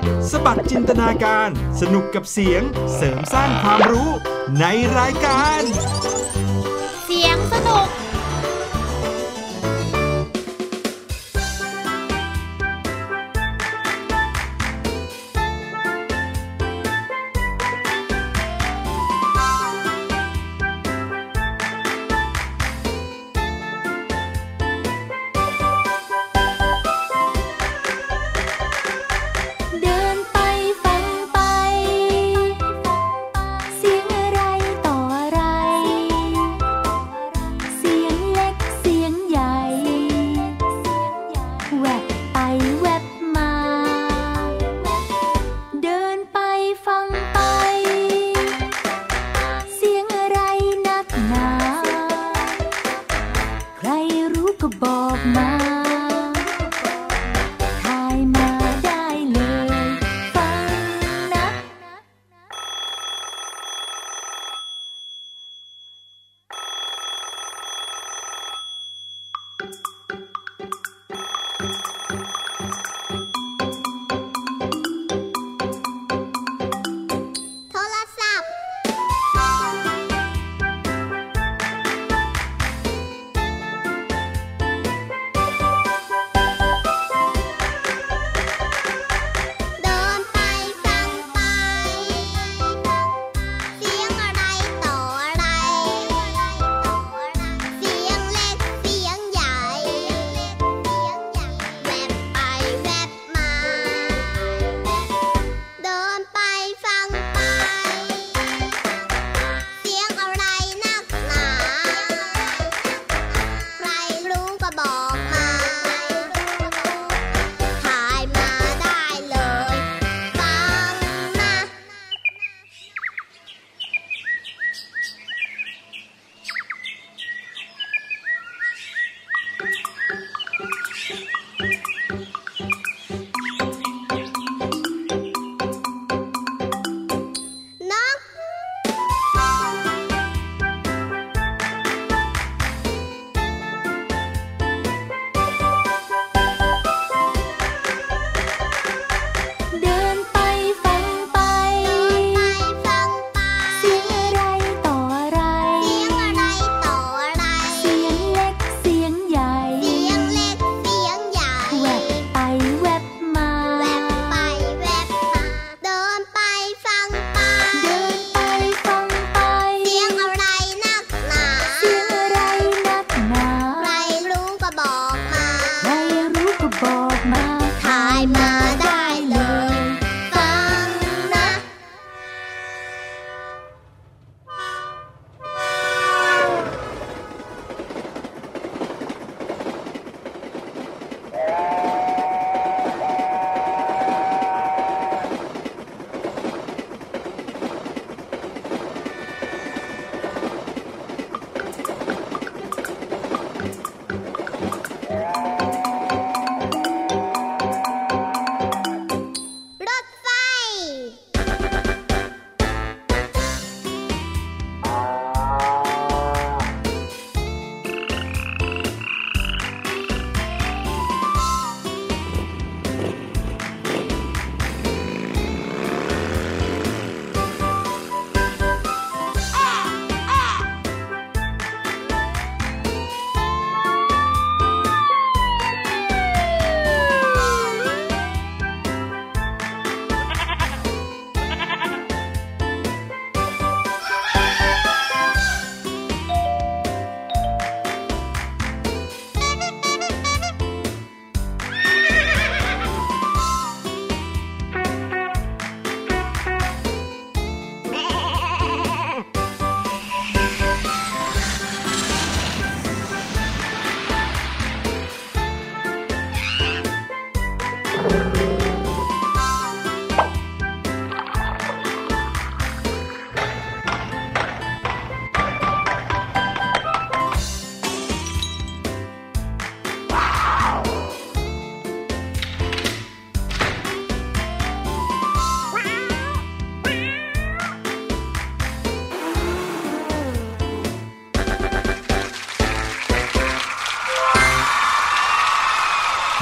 สบัดจินตนาการสนุกกับเสียงเสริมสร้างความรู้ในรายการเสียงสนุก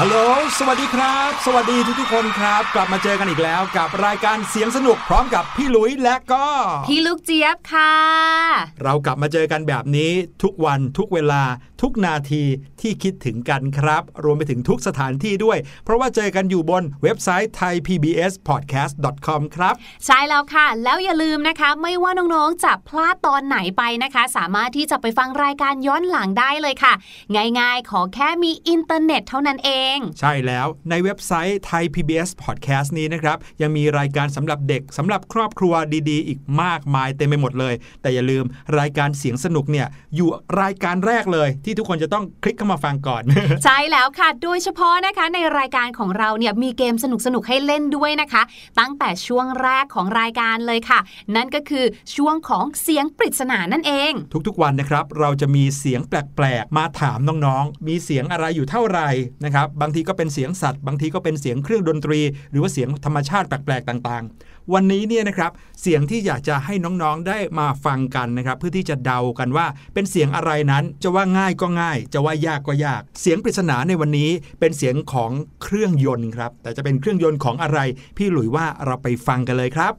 ฮัลโหลสวัสดีครับสวัสดีทุกคนครับกลับมาเจอกันอีกแล้วกับรายการเสียงสนุกพร้อมกับพี่หลุยและก็พี่ลูกเจี๊ยบค่ะเรากลับมาเจอกันแบบนี้ทุกวันทุกเวลาทุกนาทีที่คิดถึงกันครับรวมไปถึงทุกสถานที่ด้วยเพราะว่าเจอกันอยู่บนเว็บไซต์ thaipbspodcast.com ครับใช่แล้วค่ะแล้วอย่าลืมนะคะไม่ว่าน้องๆจะพลาดตอนไหนไปนะคะสามารถที่จะไปฟังรายการย้อนหลังได้เลยค่ะง่ายๆขอแค่มีอินเทอร์เน็ตเท่านั้นเองใช่แล้วในเว็บไซต์ Thai PBS Podcast นี้นะครับยังมีรายการสำหรับเด็กสำหรับครอบครัวดีๆอีกมากมายเต็มไปหมดเลยแต่อย่าลืมรายการเสียงสนุกเนี่ยอยู่รายการแรกเลยที่ทุกคนจะต้องคลิกเข้ามาฟังก่อนใช่แล้วค่ะโดยเฉพาะนะคะในรายการของเราเนี่ยมีเกมสนุกๆให้เล่นด้วยนะคะตั้งแต่ช่วงแรกของรายการเลยค่ะนั่นก็คือช่วงของเสียงปริศนานั่นเองทุกๆวันนะครับเราจะมีเสียงแปลกๆมาถามน้องๆมีเสียงอะไรอยู่เท่าไหร่นะครับบางทีก็เป็นเสียงสัตว์บางทีก็เป็นเสียงเครื่องดนตรีหรือว่าเสียงธรรมชาติแปลกๆต่างๆวันนี้เนี่ยนะครับเสียงที่อยากจะให้น้องๆได้มาฟังกันนะครับเพื่อที่จะเดากันว่าเป็นเสียงอะไรนั้นจะว่าง่ายก็ง่ายจะว่ายากก็ยากเสียงปริศนาในวันนี้เป็นเสียงของเครื่องยนต์ครับแต่จะเป็นเครื่องยนต์ของอะไรพี่หลุยว่าเราไปฟังกันเลยครับ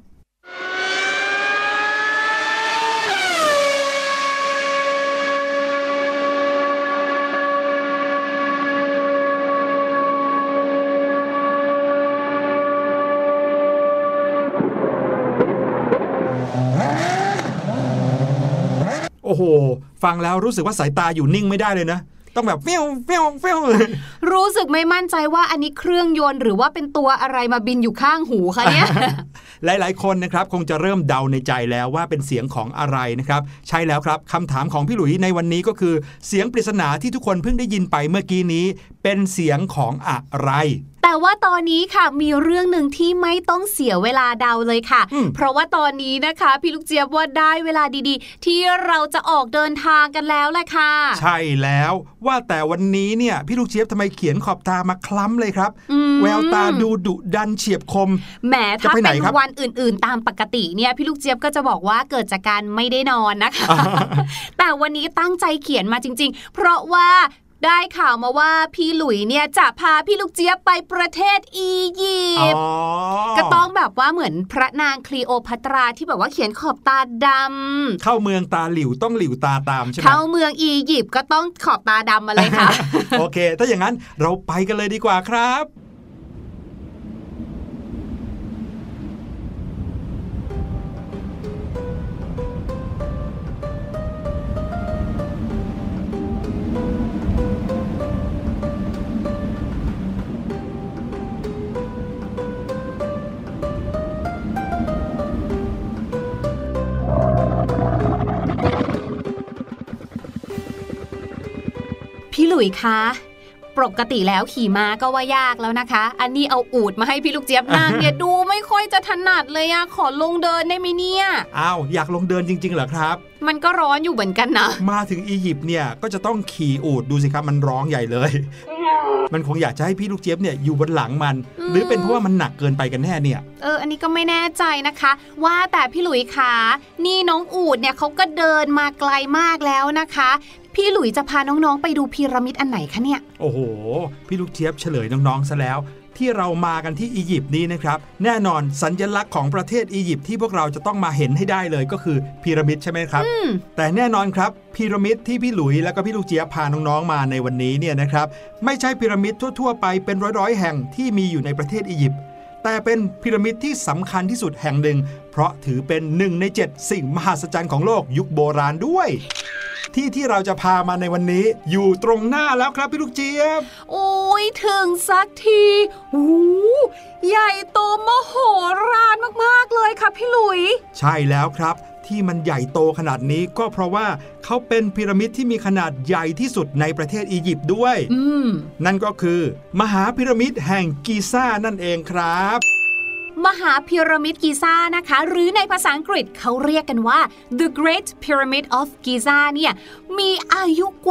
โอ้โหฟังแล้วรู้สึกว่าสายตาอยู่นิ่งไม่ได้เลยนะต้องแบบเฟี้ยวเฟี้ยวเฟี้ยวรู้สึกไม่มั่นใจว่าอันนี้เครื่องยนต์หรือว่าเป็นตัวอะไรมาบินอยู่ข้างหูคะเนี่ยหลายๆคนนะครับคงจะเริ่มเดาในใจแล้วว่าเป็นเสียงของอะไรนะครับใช่แล้วครับคำถามของพี่หลุยในวันนี้ก็คือเสียงปริศนาที่ทุกคนเพิ่งได้ยินไปเมื่อกี้นี้เป็นเสียงของอะไรแต่ว่าตอนนี้ค่ะมีเรื่องหนึ่งที่ไม่ต้องเสียเวลาเดาเลยค่ะเพราะว่าตอนนี้นะคะพี่ลูกเจี๊ยบว่าได้เวลาดีๆที่เราจะออกเดินทางกันแล้วแหละค่ะใช่แล้วว่าแต่วันนี้เนี่ยพี่ลูกเจี๊ยบทำไมเขียนขอบตามาคล้ำเลยครับแววตาดูดุดันเฉียบคมแหมถ้าเป็นวันอื่นๆตามปกติเนี่ยพี่ลูกเจี๊ยบก็จะบอกว่าเกิดจากการไม่ได้นอนนะคะ แต่วันนี้ตั้งใจเขียนมาจริงๆเพราะว่าได้ข่าวมาว่าพี่หลุยเนี่ยจะพาพี่ลูกเจี๊ยบไปประเทศอียิปต์ก็ต้องแบบว่าเหมือนพระนางคลีโอพัตราที่แบบว่าเขียนขอบตาดำเข้าเมืองตาหลิวต้องหลิวตาตามใช่ไหมเข้าเมืองอียิปต์ก็ต้องขอบตาดำมาเลยค่ะโอเคถ้าอย่างนั้นเราไปกันเลยดีกว่าครับพี่หลุยคะปกติแล้วขี่ม้าก็ว่ายากแล้วนะคะอันนี้เอาอูฐมาให้พี่ลูกเจี๊ยบนั่งเนี่ยดูไม่ค่อยจะถนัดเลยอะขอลงเดินได้ไหมเนี่ยอ้าวอยากลงเดินจริงๆเหรอครับมันก็ร้อนอยู่เหมือนกันนะมาถึงอียิปต์เนี่ยก็จะต้องขี่อูฐดูสิครับมันร้องใหญ่เลย มันคงอยากจะให้พี่ลูกเจี๊ยบเนี่ยอยู่บนหลังมันหรือเป็นเพราะว่ามันหนักเกินไปกันแน่เนี่ยอันนี้ก็ไม่แน่ใจนะคะว่าแต่พี่หลุยคะนี่น้องอูฐเนี่ยเขาก็เดินมาไกลมากแล้วนะคะพี่หลุยจะพาน้องๆไปดูพีระมิดอันไหนคะเนี่ยโอ้โหพี่ลูกเจี๊ยบเฉลยน้องๆซะแล้วที่เรามากันที่อียิปต์นี้นะครับแน่นอนสัญลักษณ์ของประเทศอียิปต์ที่พวกเราจะต้องมาเห็นให้ได้เลยก็คือพีระมิดใช่ไหมครับแต่แน่นอนครับพีระมิดที่พี่หลุยแล้วก็พี่ลูกเจี๊ยบพาน้องๆมาในวันนี้เนี่ยนะครับไม่ใช่พีระมิดทั่วๆไปเป็นร้อยๆแห่งที่มีอยู่ในประเทศอียิปต์แต่เป็นพีระมิดที่สำคัญที่สุดแห่งหนึ่งเพราะถือเป็น1 ใน 7สิ่งมหัศจรรย์ของโลกยุคโบราณด้วยที่เราจะพามาในวันนี้อยู่ตรงหน้าแล้วครับพี่ลูกเจี๊ยบโอ้ยถึงสักทีใหญ่โตมโหฬารมากๆเลยค่ะพี่หลุยใช่แล้วครับที่มันใหญ่โตขนาดนี้ก็เพราะว่าเขาเป็นพีระมิดที่มีขนาดใหญ่ที่สุดในประเทศอียิปต์ด้วยนั่นก็คือมหาพีระมิดแห่งกิซ่านั่นเองครับมหาพีระมิดกิซ่านะคะหรือในภาษาอังกฤษเขาเรียกกันว่า The Great Pyramid of Giza เนี่ยมีอายุกว่า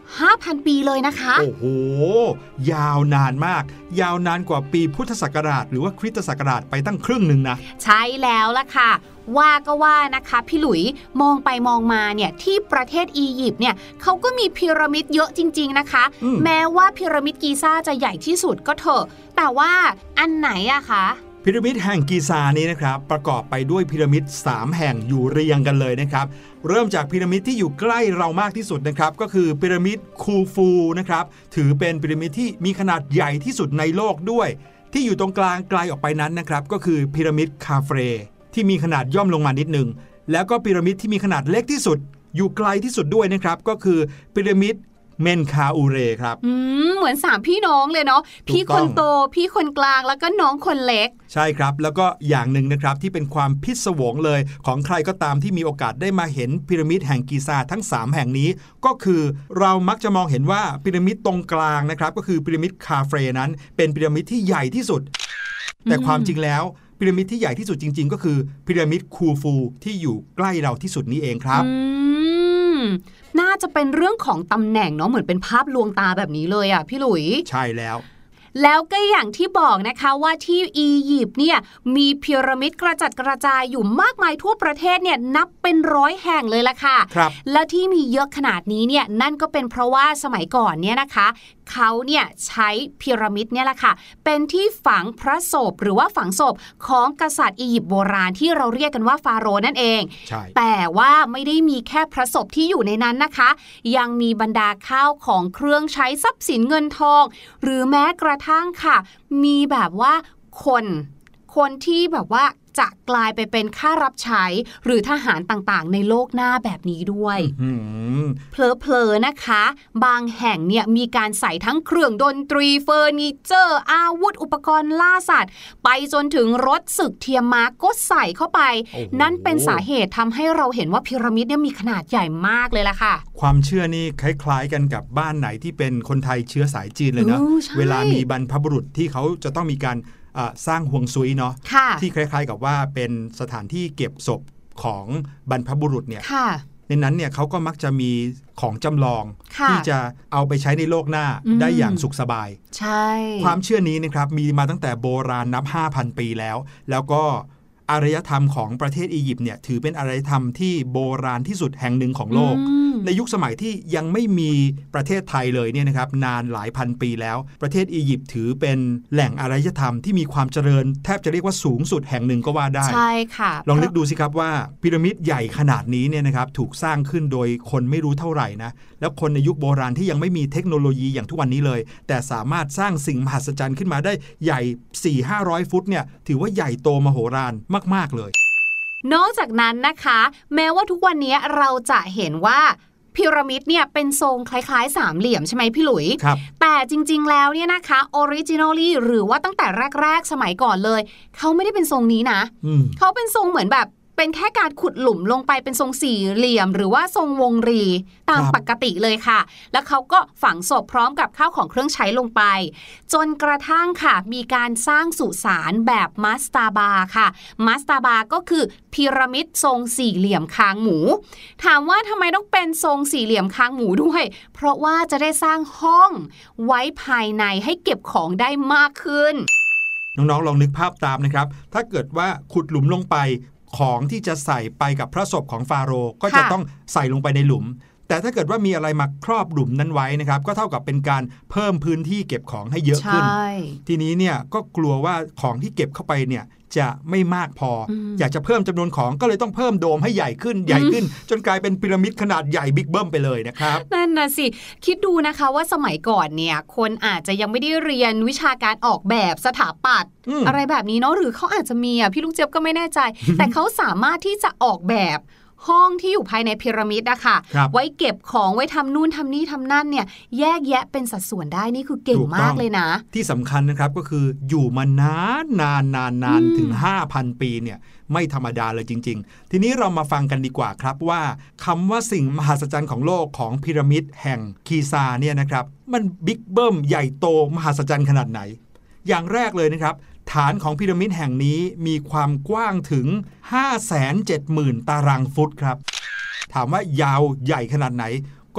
5,000 ปีเลยนะคะโอ้โหยาวนานมากยาวนานกว่าปีพุทธศักราชหรือว่าคริสตศักราชไปตั้งครึ่งนึงนะใช่แล้วล่ะค่ะว่าก็ว่านะคะพี่หลุยมองไปมองมาเนี่ยที่ประเทศอียิปต์เนี่ยเขาก็มีพีระมิดเยอะจริงๆนะคะแม้ว่าพีระมิดกีซ่าจะใหญ่ที่สุดก็เถอะแต่ว่าอันไหนอะคะพีระมิดแห่งกีซานี้นะครับประกอบไปด้วยพีระมิด3แห่งอยู่เรียงกันเลยนะครับเริ่มจากพีระมิดที่อยู่ใกล้เรามากที่สุดนะครับก็คือพีระมิดคูฟูนะครับถือเป็นพีระมิดที่มีขนาดใหญ่ที่สุดในโลกด้วยที่อยู่ตรงกลางไกลออกไปนั้นนะครับก็คือพีระมิดคาเฟรที่มีขนาดย่อมลงมานิดนึงแล้วก็พีระมิดที่มีขนาดเล็กที่สุดอยู่ไกลที่สุดด้วยนะครับก็คือพีระมิดเมนคาอูเรครับเหมือน3พี่น้องเลยเนาะพี่คนโตพี่คนกลางแล้วก็น้องคนเล็กใช่ครับแล้วก็อย่างหนึ่งนะครับที่เป็นความพิศวงเลยของใครก็ตามที่มีโอกาสได้มาเห็นพีระมิดแห่งกีซาทั้ง3แห่งนี้ก็คือเรามักจะมองเห็นว่าพีระมิดตรงกลางนะครับก็คือพีระมิดคาเฟรนั้นเป็นพีระมิดที่ใหญ่ที่สุดแต่ความจริงแล้วพีระมิดที่ใหญ่ที่สุดจริงๆก็คือพีระมิดคูฟูที่อยู่ใกล้เราที่สุดนี้เองครับน่าจะเป็นเรื่องของตำแหน่งเนาะเหมือนเป็นภาพลวงตาแบบนี้เลยอ่ะพี่หลุยใช่แล้วก็อย่างที่บอกนะคะว่าที่อียิปต์เนี่ยมีพีระมิดกระจัดกระจายอยู่มากมายทั่วประเทศเนี่ยนับเป็น100แห่งเลยล่ะค่ะและที่มีเยอะขนาดนี้เนี่ยนั่นก็เป็นเพราะว่าสมัยก่อนเนี่ยนะคะเขาเนี่ยใช้พีระมิดเนี่ยแหละค่ะเป็นที่ฝังพระศพหรือว่าฝังศพของกษัตริย์อียิปต์โบราณที่เราเรียกกันว่าฟาโรห์นั่นเองแต่ว่าไม่ได้มีแค่พระศพที่อยู่ในนั้นนะคะยังมีบรรดาข้าวของเครื่องใช้ทรัพย์สินเงินทองหรือแม้กระทั่งค่ะมีแบบว่าคนที่แบบว่าจะกลายไปเป็นข้ารับใช้หรือทหารต่างๆในโลกหน้าแบบนี้ด้วยเพลอๆนะคะบางแห่งเนี่ยมีการใส่ทั้งเครื่องดนตรีเฟอร์นิเจอร์อาวุธอุปกรณ์ล่าสัตว์ไปจนถึงรถศึกเทียมม้าก็ใส่เข้าไปนั่นเป็นสาเหตุทำให้เราเห็นว่าพีระมิดเนี่ยมีขนาดใหญ่มากเลยล่ะค่ะความเชื่อนี่คล้ายๆกันกับบ้านไหนที่เป็นคนไทยเชื้อสายจีนเลยเนาะเวลามีบรรพบุรุษที่เขาจะต้องมีการสร้างฮวงซุยเนาะที่คล้ายๆกับว่าเป็นสถานที่เก็บศพของบรรพบุรุษเนี่ยในนั้นเนี่ยเขาก็มักจะมีของจำลองที่จะเอาไปใช้ในโลกหน้าได้อย่างสุขสบายใช่ความเชื่อนี้นะครับมีมาตั้งแต่โบราณนับ 5,000 ปีแล้วก็อารยธรรมของประเทศอียิปต์เนี่ยถือเป็นอารยธรรมที่โบราณที่สุดแห่งหนึ่งของโลกในยุคสมัยที่ยังไม่มีประเทศไทยเลยเนี่ยนะครับนานหลายพันปีแล้วประเทศอียิปต์ถือเป็นแหล่งอารยธรรมที่มีความเจริญแทบจะเรียกว่าสูงสุดแห่งหนึ่งก็ว่าได้ใช่ค่ะลองนึกดูสิครับว่าพีระมิดใหญ่ขนาดนี้เนี่ยนะครับถูกสร้างขึ้นโดยคนไม่รู้เท่าไหร่นะแล้วคนในยุคโบราณที่ยังไม่มีเทคโนโลยีอย่างทุกวันนี้เลยแต่สามารถสร้างสิ่งมหัศจรรย์ขึ้นมาได้ใหญ่ 4-500 ฟุตเนี่ยถือว่าใหญ่โตมโหฬารมากๆเลยนอกจากนั้นนะคะแม้ว่าทุกวันนี้เราจะเห็นว่าพีระมิดเนี่ยเป็นทรงคล้ายๆสามเหลี่ยมใช่ไหมพี่หลุยแต่จริงๆแล้วเนี่ยนะคะออริจินอลี่หรือว่าตั้งแต่แรกๆสมัยก่อนเลยเขาไม่ได้เป็นทรงนี้นะเขาเป็นทรงเหมือนแบบเป็นแค่การขุดหลุมลงไปเป็นทรงสี่เหลี่ยมหรือว่าทรงวงรีตามปกติเลยค่ะแล้วเขาก็ฝังศพพร้อมกับข้าวของเครื่องใช้ลงไปจนกระทั่งค่ะมีการสร้างสุสานแบบมัสตาบาค่ะมัสตาบาก็คือพีระมิดทรงสี่เหลี่ยมคางหมูถามว่าทำไมต้องเป็นทรงสี่เหลี่ยมคางหมูด้วยเพราะว่าจะได้สร้างห้องไว้ภายในให้เก็บของได้มากขึ้นน้องๆลองนึกภาพตามนะครับถ้าเกิดว่าขุดหลุมลงไปของที่จะใส่ไปกับพระศพของฟาโรห์ก็จะต้องใส่ลงไปในหลุมแต่ถ้าเกิดว่ามีอะไรมาครอบหลุมนั้นไว้นะครับก็เท่ากับเป็นการเพิ่มพื้นที่เก็บของให้เยอะขึ้นทีนี้เนี่ยก็กลัวว่าของที่เก็บเข้าไปเนี่ยจะไม่มากพออยากจะเพิ่มจำนวนของก็เลยต้องเพิ่มโดมให้ใหญ่ขึ้นจนกลายเป็นพีระมิดขนาดใหญ่บิ๊กเบิ้มไปเลยนะครับนั่นน่ะสิคิดดูนะคะว่าสมัยก่อนเนี่ยคนอาจจะยังไม่ได้เรียนวิชาการออกแบบสถาปัตย์อะไรแบบนี้เนาะหรือเขาอาจจะมีพี่ลูกเจี๊ยบก็ไม่แน่ใจ แต่เขาสามารถที่จะออกแบบห้องที่อยู่ภายในพีระมิดอะค่ะไว้เก็บของไว้ทำนู่นทำนี่ทำนั่นเนี่ยแยกแยะเป็นสัดส่วนได้นี่คือเก่งมากเลยนะที่สำคัญนะครับก็คืออยู่มานานถึง 5,000 ปีเนี่ยไม่ธรรมดาเลยจริงๆทีนี้เรามาฟังกันดีกว่าครับว่าคำว่าสิ่งมหัศจรรย์ของโลกของพีระมิดแห่งกีซาเนี่ยนะครับมันบิ๊กเบิ้มใหญ่โตมหัศจรรย์ขนาดไหนอย่างแรกเลยนะครับฐานของพีระมิดแห่งนี้มีความกว้างถึง 570,000 ตารางฟุตครับถามว่ายาวใหญ่ขนาดไหนก็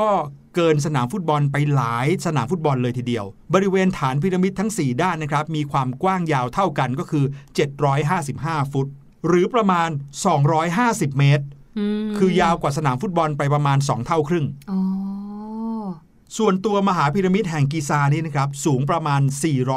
เกินสนามฟุตบอลไปหลายสนามฟุตบอลเลยทีเดียวบริเวณฐานพีระมิดทั้ง4ด้านนะครับมีความกว้างยาวเท่ากันก็คือ755ฟุตหรือประมาณ250เมตรคือยาวกว่าสนามฟุตบอลไปประมาณ2เท่าครึ่งส่วนตัวมหาพีระมิดแห่งกิซานี่นะครับสูงประมาณ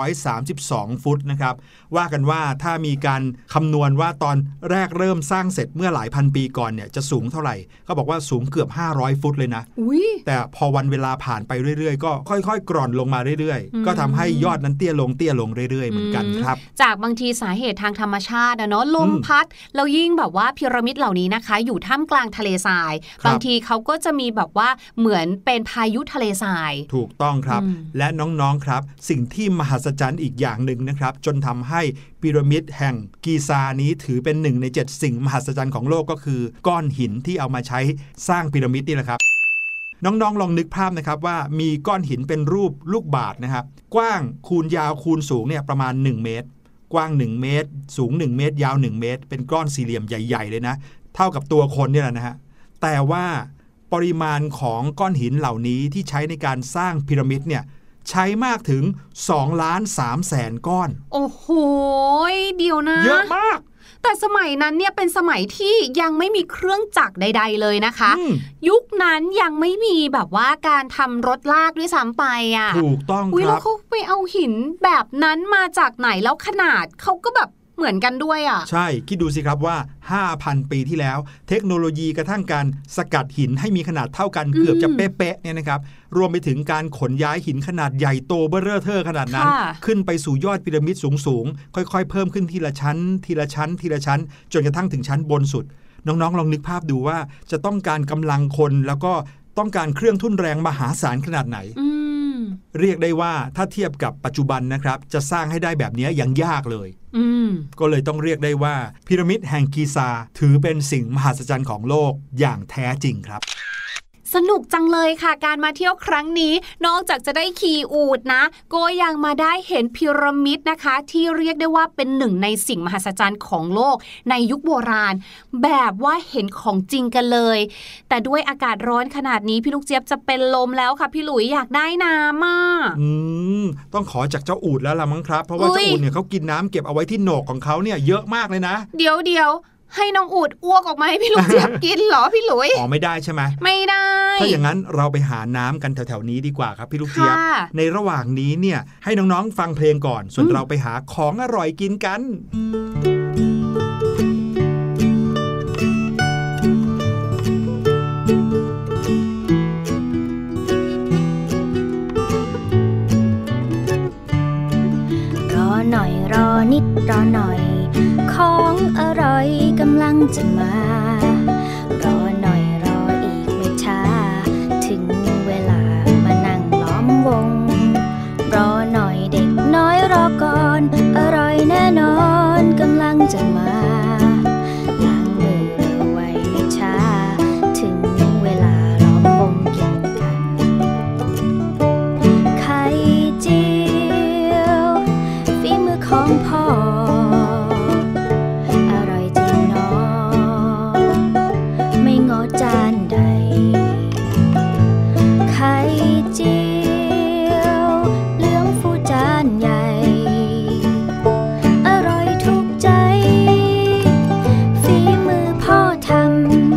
432ฟุตนะครับว่ากันว่าถ้ามีการคำนวณว่าตอนแรกเริ่มสร้างเสร็จเมื่อหลายพันปีก่อนเนี่ยจะสูงเท่าไหร่เขาบอกว่าสูงเกือบ500ฟุตเลยนะแต่พอวันเวลาผ่านไปเรื่อยๆก็ค่อยๆกร่อนลงมาเรื่อยๆก็ทำให้ยอดนั้นเตี้ยลงเรื่อยๆเหมือนกันครับจากบางทีสาเหตุทางธรรมชาติเนาะลมพัดแล้วยิ่งแบบว่าพีระมิดเหล่านี้นะคะอยู่ท่ามกลางทะเลทรายบางทีเขาก็จะมีแบบว่าเหมือนเป็นพายุทะเลถูกต้องครับและน้องๆครับสิ่งที่มหัศจรรย์อีกอย่างหนึ่งนะครับจนทำให้พีระมิดแห่งกิซานี้ถือเป็น1ใน7สิ่งมหัศจรรย์ของโลกก็คือก้อนหินที่เอามาใช้สร้างพีระมิดนี่แหละครับน้องๆลองนึกภาพนะครับว่ามีก้อนหินเป็นรูปลูกบาศก์นะครับกว้างคูณยาวคูณสูงเนี่ยประมาณ1เมตรกว้าง1เมตรสูง1เมตรยาว1เมตรเป็นก้อนสี่เหลี่ยมใหญ่ๆเลยนะเท่ากับตัวคนนี่แหละนะฮะแต่ว่าปริมาณของก้อนหินเหล่านี้ที่ใช้ในการสร้างพีระมิดเนี่ยใช้มากถึง2,300,000 ก้อนโอ้โหเดี๋ยวนะเยอะมากแต่สมัยนั้นเนี่ยเป็นสมัยที่ยังไม่มีเครื่องจักรใดๆเลยนะคะยุคนั้นยังไม่มีแบบว่าการทำรถลากด้วยซ้ำไปอ่ะถูกต้องครับแล้วเขาไปเอาหินแบบนั้นมาจากไหนแล้วขนาดเขาก็แบบเหมือนกันด้วยอ่ะใช่คิดดูสิครับว่า 5,000 ปีที่แล้วเทคโนโลยีกระทั่งการสกัดหินให้มีขนาดเท่ากันเกือบจะเป๊ะๆเนี่ยนะครับรวมไปถึงการขนย้ายหินขนาดใหญ่โตเบ้อเร่อเทอขนาดนั้นขึ้นไปสู่ยอดพีระมิดสูงๆค่อยๆเพิ่มขึ้นทีละชั้นทีละชั้นทีละชั้นจนกระทั่งถึงชั้นบนสุดน้องๆลองนึกภาพดูว่าจะต้องการกำลังคนแล้วก็ต้องการเครื่องทุ่นแรงมหาศาลขนาดไหนเรียกได้ว่าถ้าเทียบกับปัจจุบันนะครับจะสร้างให้ได้แบบนี้ยังยากเลยก็เลยต้องเรียกได้ว่าพีระมิดแห่งกิซาถือเป็นสิ่งมหัศจรรย์ของโลกอย่างแท้จริงครับสนุกจังเลยค่ะการมาเที่ยวครั้งนี้นอกจากจะได้ขี่อูฐนะก็ยังมาได้เห็นพีระมิดนะคะที่เรียกได้ว่าเป็นหนึ่งในสิ่งมหัศจรรย์ของโลกในยุคโบราณแบบว่าเห็นของจริงกันเลยแต่ด้วยอากาศร้อนขนาดนี้พี่ลูกเจี๊ยบจะเป็นลมแล้วค่ะพี่หลุยอยากได้น้ำอ่ะต้องขอจากเจ้าอูฐแล้วล่ะมั้งครับเพราะว่าเจ้าอูฐเนี่ยเขากินน้ำเก็บเอาไว้ที่โหนกของเขาเนี่ยเยอะมากเลยนะเดี๋ยวให้น้องอูฐอ้วกออกมาให้พี่ลูกเจี๊ยบกินเหรอพี่หลุยไม่ได้ใช่ไหมไม่ได้ถ้าอย่างนั้นเราไปหาน้ำกันแถวๆนี้ดีกว่าครับพี่ลูกเจี๊ยบในระหว่างนี้เนี่ยให้น้องๆฟังเพลงก่อนส่วนเราไปหาของอร่อยกินกันรอหน่อยรอนิดรอหน่อยของอร่อยกำลังจะมารอหน่อยรออีกไม่ช้าถึงเวลามานั่งล้อมวงรอหน่อยเด็กน้อยรอก่อนอร่อยแน่นอนกำลังจะมาล้างมือเร็วไวไม่ช้าถึงเวลาล้อมวงกินกันไข่เจียวฝีมือของพ่อจานใดไข่เจียวเหลืองฟูจานใหญ่อร่อยถูกใจฝีมือพ่อทำ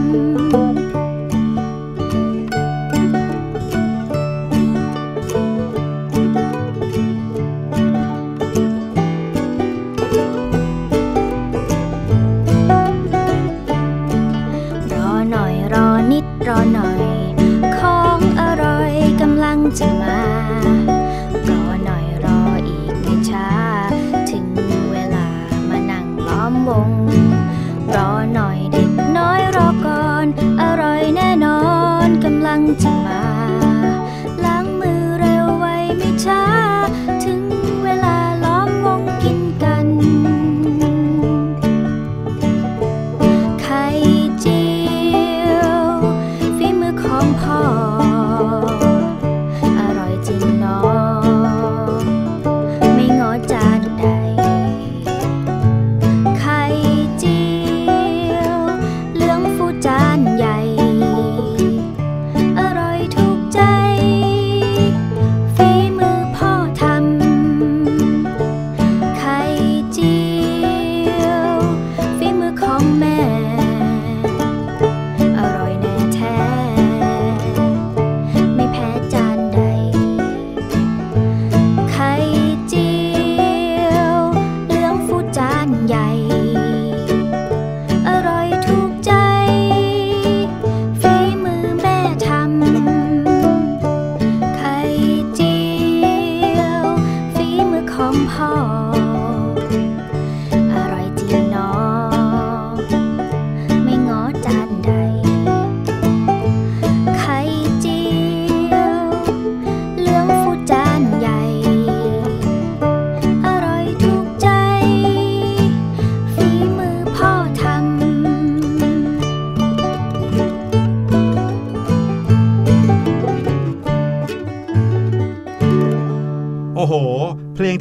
รอหน่อยของอร่อยกำลังจะมารอหน่อยรออีกไม่ช้าถึงเวลามานั่งล้อมวงรอหน่อยเด็กน้อยรอก่อนอร่อยแน่นอนกำลังจะมาล้างมือเร็วไวไม่ช้าถึงเวลาล้อมวงกินกันไข่เจียวของพ่ออร่อยจริงเนาะไม่งอจานใดไข่เจียว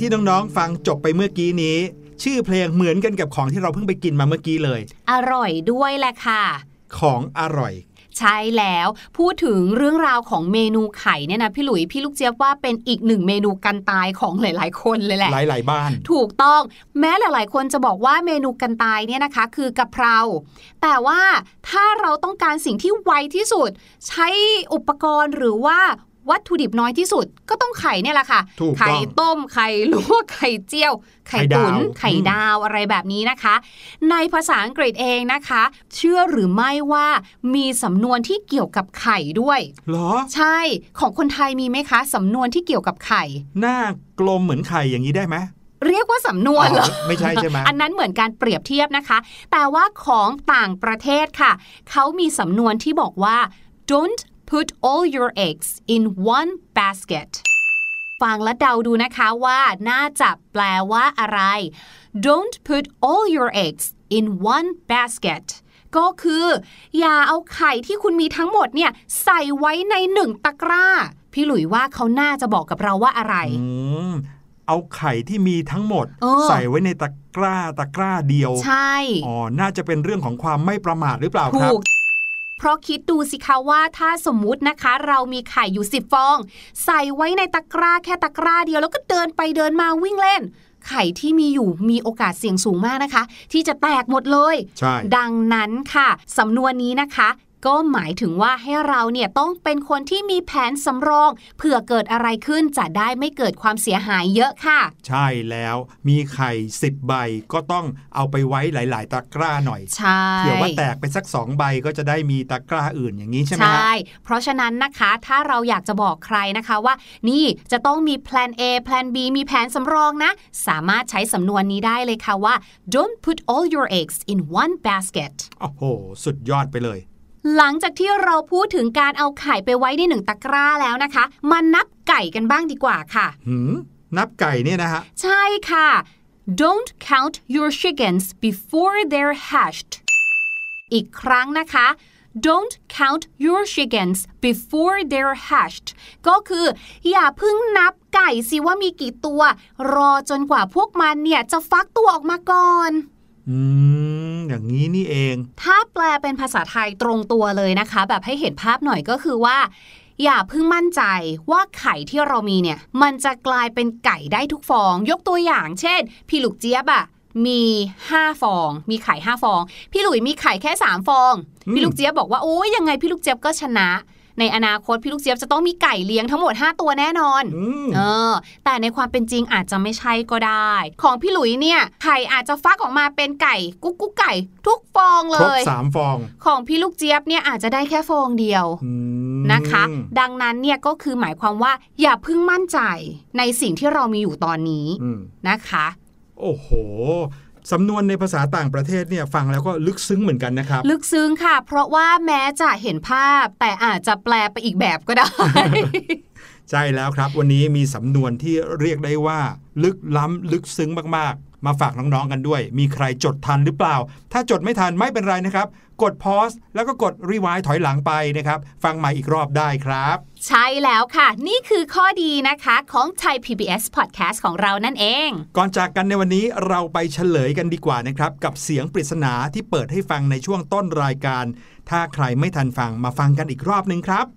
ที่น้องๆฟังจบไปเมื่อกี้นี้ชื่อเพลงเหมือนกันกับของที่เราเพิ่งไปกินมาเมื่อกี้เลยอร่อยด้วยแหละค่ะของอร่อยใช่แล้วพูดถึงเรื่องราวของเมนูไข่เนี่ยนะพี่หลุยพี่ลูกเจี๊ยบว่าเป็นอีกหนึ่งเมนูกันตายของหลายๆคนเลยแหละหลายๆบ้านถูกต้องแม้หลายๆคนจะบอกว่าเมนูกันตายเนี่ยนะคะคือกะเพราแต่ว่าถ้าเราต้องการสิ่งที่ไวที่สุดใช้อุปกรณ์หรือว่าวัตถุดิบน้อยที่สุดก็ต้องไข่เนี่ยแหละค่ะไข่ต้มไข่ลวกไข่เจียวไข่ตุ๋นไข่ดาวอะไรแบบนี้นะคะในภาษาอังกฤษเองนะคะเชื่อหรือไม่ว่ามีสำนวนที่เกี่ยวกับไข่ด้วยเหรอใช่ของคนไทยมีไหมคะสำนวนที่เกี่ยวกับไข่หน้ากลมเหมือนไข่อย่างนี้ได้ไหมเรียกว่าสำนวนเหรอไม่ใช่ใช่ไหมอันนั้นเหมือนการเปรียบเทียบนะคะแต่ว่าของต่างประเทศค่ะเขามีสำนวนที่บอกว่า don't put all your eggs in one basket ฟังและเดาดูนะคะว่าน่าจะแปลว่าอะไร Don't put all your eggs in one basket ก็คืออย่าเอาไข่ที่คุณมีทั้งหมดเนี่ยใส่ไว้ในหนึ่งตะกร้าพี่หลุยว่าเขาน่าจะบอกกับเราว่าอะไรเอาไข่ที่มีทั้งหมดใส่ไว้ในตะกร้าเดียวใช่น่าจะเป็นเรื่องของความไม่ประมาทหรือเปล่าครับเพราะคิดดูสิคะว่าถ้าสมมุตินะคะเรามีไข่อยู่10ฟองใส่ไว้ในตะกร้าแค่ตะกร้าเดียวแล้วก็เดินไปเดินมาวิ่งเล่นไข่ที่มีอยู่มีโอกาสเสี่ยงสูงมากนะคะที่จะแตกหมดเลยดังนั้นค่ะสำนวนนี้นะคะก็หมายถึงว่าให้เราเนี่ยต้องเป็นคนที่มีแผนสำรองเผื่อเกิดอะไรขึ้นจะได้ไม่เกิดความเสียหายเยอะค่ะใช่แล้วมีไข่10ใบก็ต้องเอาไปไว้หลายๆตะกร้าหน่อยใช่เผื่อว่าแตกไปสัก2ใบก็จะได้มีตะกร้าอื่นอย่างนี้ใช่ไหมใช่เพราะฉะนั้นนะคะถ้าเราอยากจะบอกใครนะคะว่านี่จะต้องมีแพลน A แพลน B มีแผนสำรองนะสามารถใช้สำนวนนี้ได้เลยค่ะว่า don't put all your eggs in one basket โอ้โหสุดยอดไปเลยหลังจากที่เราพูดถึงการเอาไข่ไปไว้ในหนึ่งตะกร้าแล้วนะคะมานับไก่กันบ้างดีกว่าค่ะนับไก่เนี่ยนะฮะใช่ค่ะ Don't count your chickens before they're hatched อีกครั้งนะคะ Don't count your chickens before they're hatched ก็คืออย่าเพิ่งนับไก่สิว่ามีกี่ตัวรอจนกว่าพวกมันเนี่ยจะฟักตัวออกมาก่อนอย่างนี้นี่เองถ้าแปลเป็นภาษาไทยตรงตัวเลยนะคะแบบให้เห็นภาพหน่อยก็คือว่าอย่าเพิ่งมั่นใจว่าไข่ที่เรามีเนี่ยมันจะกลายเป็นไก่ได้ทุกฟองยกตัวอย่างเช่นพี่ลูกเจี๊ยบอะมี5ฟองมีไข่5ฟองพี่หลุยมีไข่แค่3ฟองพี่ลูกเจี๊ยบบอกว่าโอ้ยยังไงพี่ลูกเจี๊ยบก็ชนะในอนาคตพี่ลูกเจี๊ยบจะต้องมีไก่เลี้ยงทั้งหมด5ตัวแน่นอนแต่ในความเป็นจริงอาจจะไม่ใช่ก็ได้ของพี่หลุยเนี่ยไข่อาจจะฟักออกมาเป็นไก่กุ๊กไก่ทุกฟองเลยครบ3ฟองของพี่ลูกเจี๊ยบเนี่ยอาจจะได้แค่ฟองเดียวนะคะดังนั้นเนี่ยก็คือหมายความว่าอย่าเพิ่งมั่นใจในสิ่งที่เรามีอยู่ตอนนี้นะคะโอ้โหสำนวนในภาษาต่างประเทศเนี่ยฟังแล้วก็ลึกซึ้งเหมือนกันนะครับลึกซึ้งค่ะเพราะว่าแม้จะเห็นภาพแต่อาจจะแปลไปอีกแบบก็ได้ใช่แล้วครับวันนี้มีสำนวนที่เรียกได้ว่าลึกล้ำลึกซึ้งมากๆมาฝากน้องๆกันด้วยมีใครจดทันหรือเปล่าถ้าจดไม่ทันไม่เป็นไรนะครับกดพอสแล้วก็กดรีวายถอยหลังไปนะครับฟังใหม่อีกรอบได้ครับใช่แล้วค่ะนี่คือข้อดีนะคะของ Thai PBS Podcast ของเรานั่นเองก่อนจากกันในวันนี้เราไปเฉลยกันดีกว่านะครับกับเสียงปริศนาที่เปิดให้ฟังในช่วงต้นรายการถ้าใครไม่ทันฟังมาฟังกันอีกรอบนึงครับ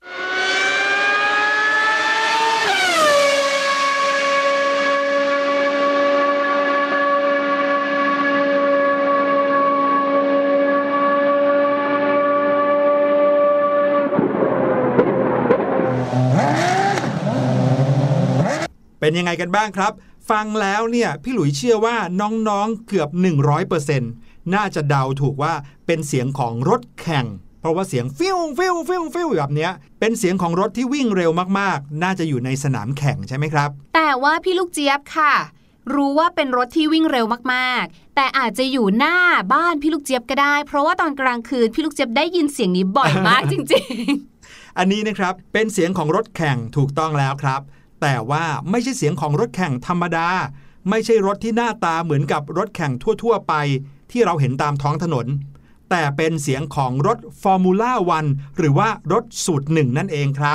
เป็นยังไงกันบ้างครับฟังแล้วเนี่ยพี่หลุยเชื่อว่าน้องๆเกือบ 100% น่าจะเดาถูกว่าเป็นเสียงของรถแข่งเพราะว่าเสียงฟิวฟิวฟิวฟิวแบบเนี้ยเป็นเสียงของรถที่วิ่งเร็วมากๆน่าจะอยู่ในสนามแข่งใช่ไหมครับแต่ว่าพี่ลูกเจี๊ยบค่ะรู้ว่าเป็นรถที่วิ่งเร็วมากๆแต่อาจจะอยู่หน้าบ้านพี่ลูกเจี๊ยบก็ได้เพราะว่าตอนกลางคืนพี่ลูกเจี๊ยบได้ยินเสียงนี้บ่อยมาก จริงๆ อันนี้นะครับเป็นเสียงของรถแข่งถูกต้องแล้วครับแต่ว่าไม่ใช่เสียงของรถแข่งธรรมดาไม่ใช่รถที่หน้าตาเหมือนกับรถแข่งทั่วๆไปที่เราเห็นตามท้องถนนแต่เป็นเสียงของรถฟอร์มูล่าวันหรือว่ารถสูตร1นั่นเองครับ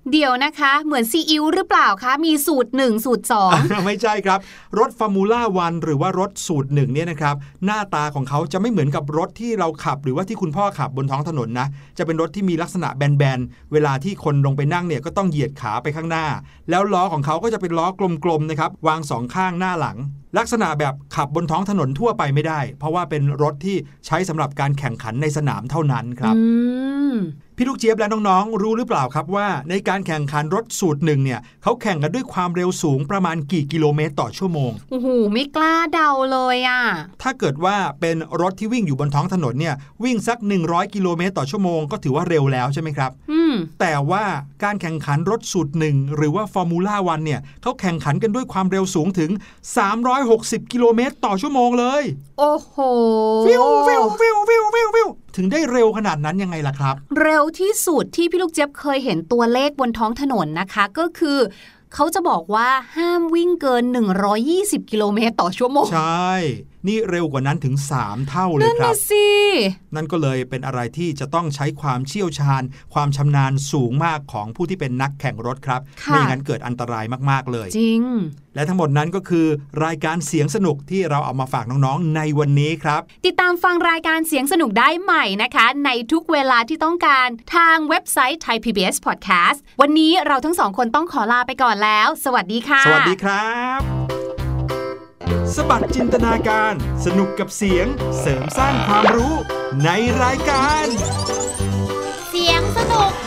เดี๋ยวนะคะเหมือนซีอิ๊วหรือเปล่าคะมีสูตร1สูตร2 ไม่ใช่ครับรถฟอร์มูล่าวันหรือว่ารถสูตร1เนี่ยนะครับหน้าตาของเขาจะไม่เหมือนกับรถที่เราขับหรือว่าที่คุณพ่อขับบนท้องถนนนะจะเป็นรถที่มีลักษณะแบนๆเวลาที่คนลงไปนั่งเนี่ยก็ต้องเหยียดขาไปข้างหน้าแล้วล้อของเขาก็จะเป็นล้อกลมๆนะครับวาง2ข้างหน้าหลังลักษณะแบบขับบนท้องถนนทั่วไปไม่ได้เพราะว่าเป็นรถที่ใช้สำหรับการแข่งขันในสนามเท่านั้นครับพี่ลูกเจี๊ยบและน้องๆรู้หรือเปล่าครับว่าในการแข่งขันรถสูตรหนึ่งเนี่ยเขาแข่งกันด้วยความเร็วสูงประมาณกี่กิโลเมตรต่อชั่วโมงโอ้โหไม่กล้าเดาเลยอ่ะถ้าเกิดว่าเป็นรถที่วิ่งอยู่บนท้องถนนเนี่ยวิ่งสัก100กิโลเมตรต่อชั่วโมงก็ถือว่าเร็วแล้วใช่ไหมครับแต่ว่าการแข่งขันรถสูตรหนึ่งหรือว่าฟอร์มูล่าวันเนี่ยเขาแข่งขันกันด้วยความเร็วสูงถึง360กิโลเมตรต่อชั่วโมงเลยโอ้โหวิววิววิววิววิววิวถึงได้เร็วขนาดนั้นยังไงล่ะครับเร็วที่สุดที่พี่ลูกเจี๊ยบเคยเห็นตัวเลขบนท้องถนนนะคะก็คือเขาจะบอกว่าห้ามวิ่งเกิน120กิโลเมตรต่อชั่วโมงใช่นี่เร็วกว่านั้นถึง3เท่าเลยครับนั่นสินั่นก็เลยเป็นอะไรที่จะต้องใช้ความเชี่ยวชาญความชำนาญสูงมากของผู้ที่เป็นนักแข่งรถครับไม่อย่างนั้นเกิดอันตรายมากๆเลยจริงและทั้งหมดนั้นก็คือรายการเสียงสนุกที่เราเอามาฝากน้องๆในวันนี้ครับติดตามฟังรายการเสียงสนุกได้ใหม่นะคะในทุกเวลาที่ต้องการทางเว็บไซต์ Thai PBS Podcast วันนี้เราทั้งสองคนต้องขอลาไปก่อนแล้วสวัสดีค่ะสวัสดีครับสบัดจินตนาการสนุกกับเสียงเสริมสร้างความรู้ในรายการเสียงสนุก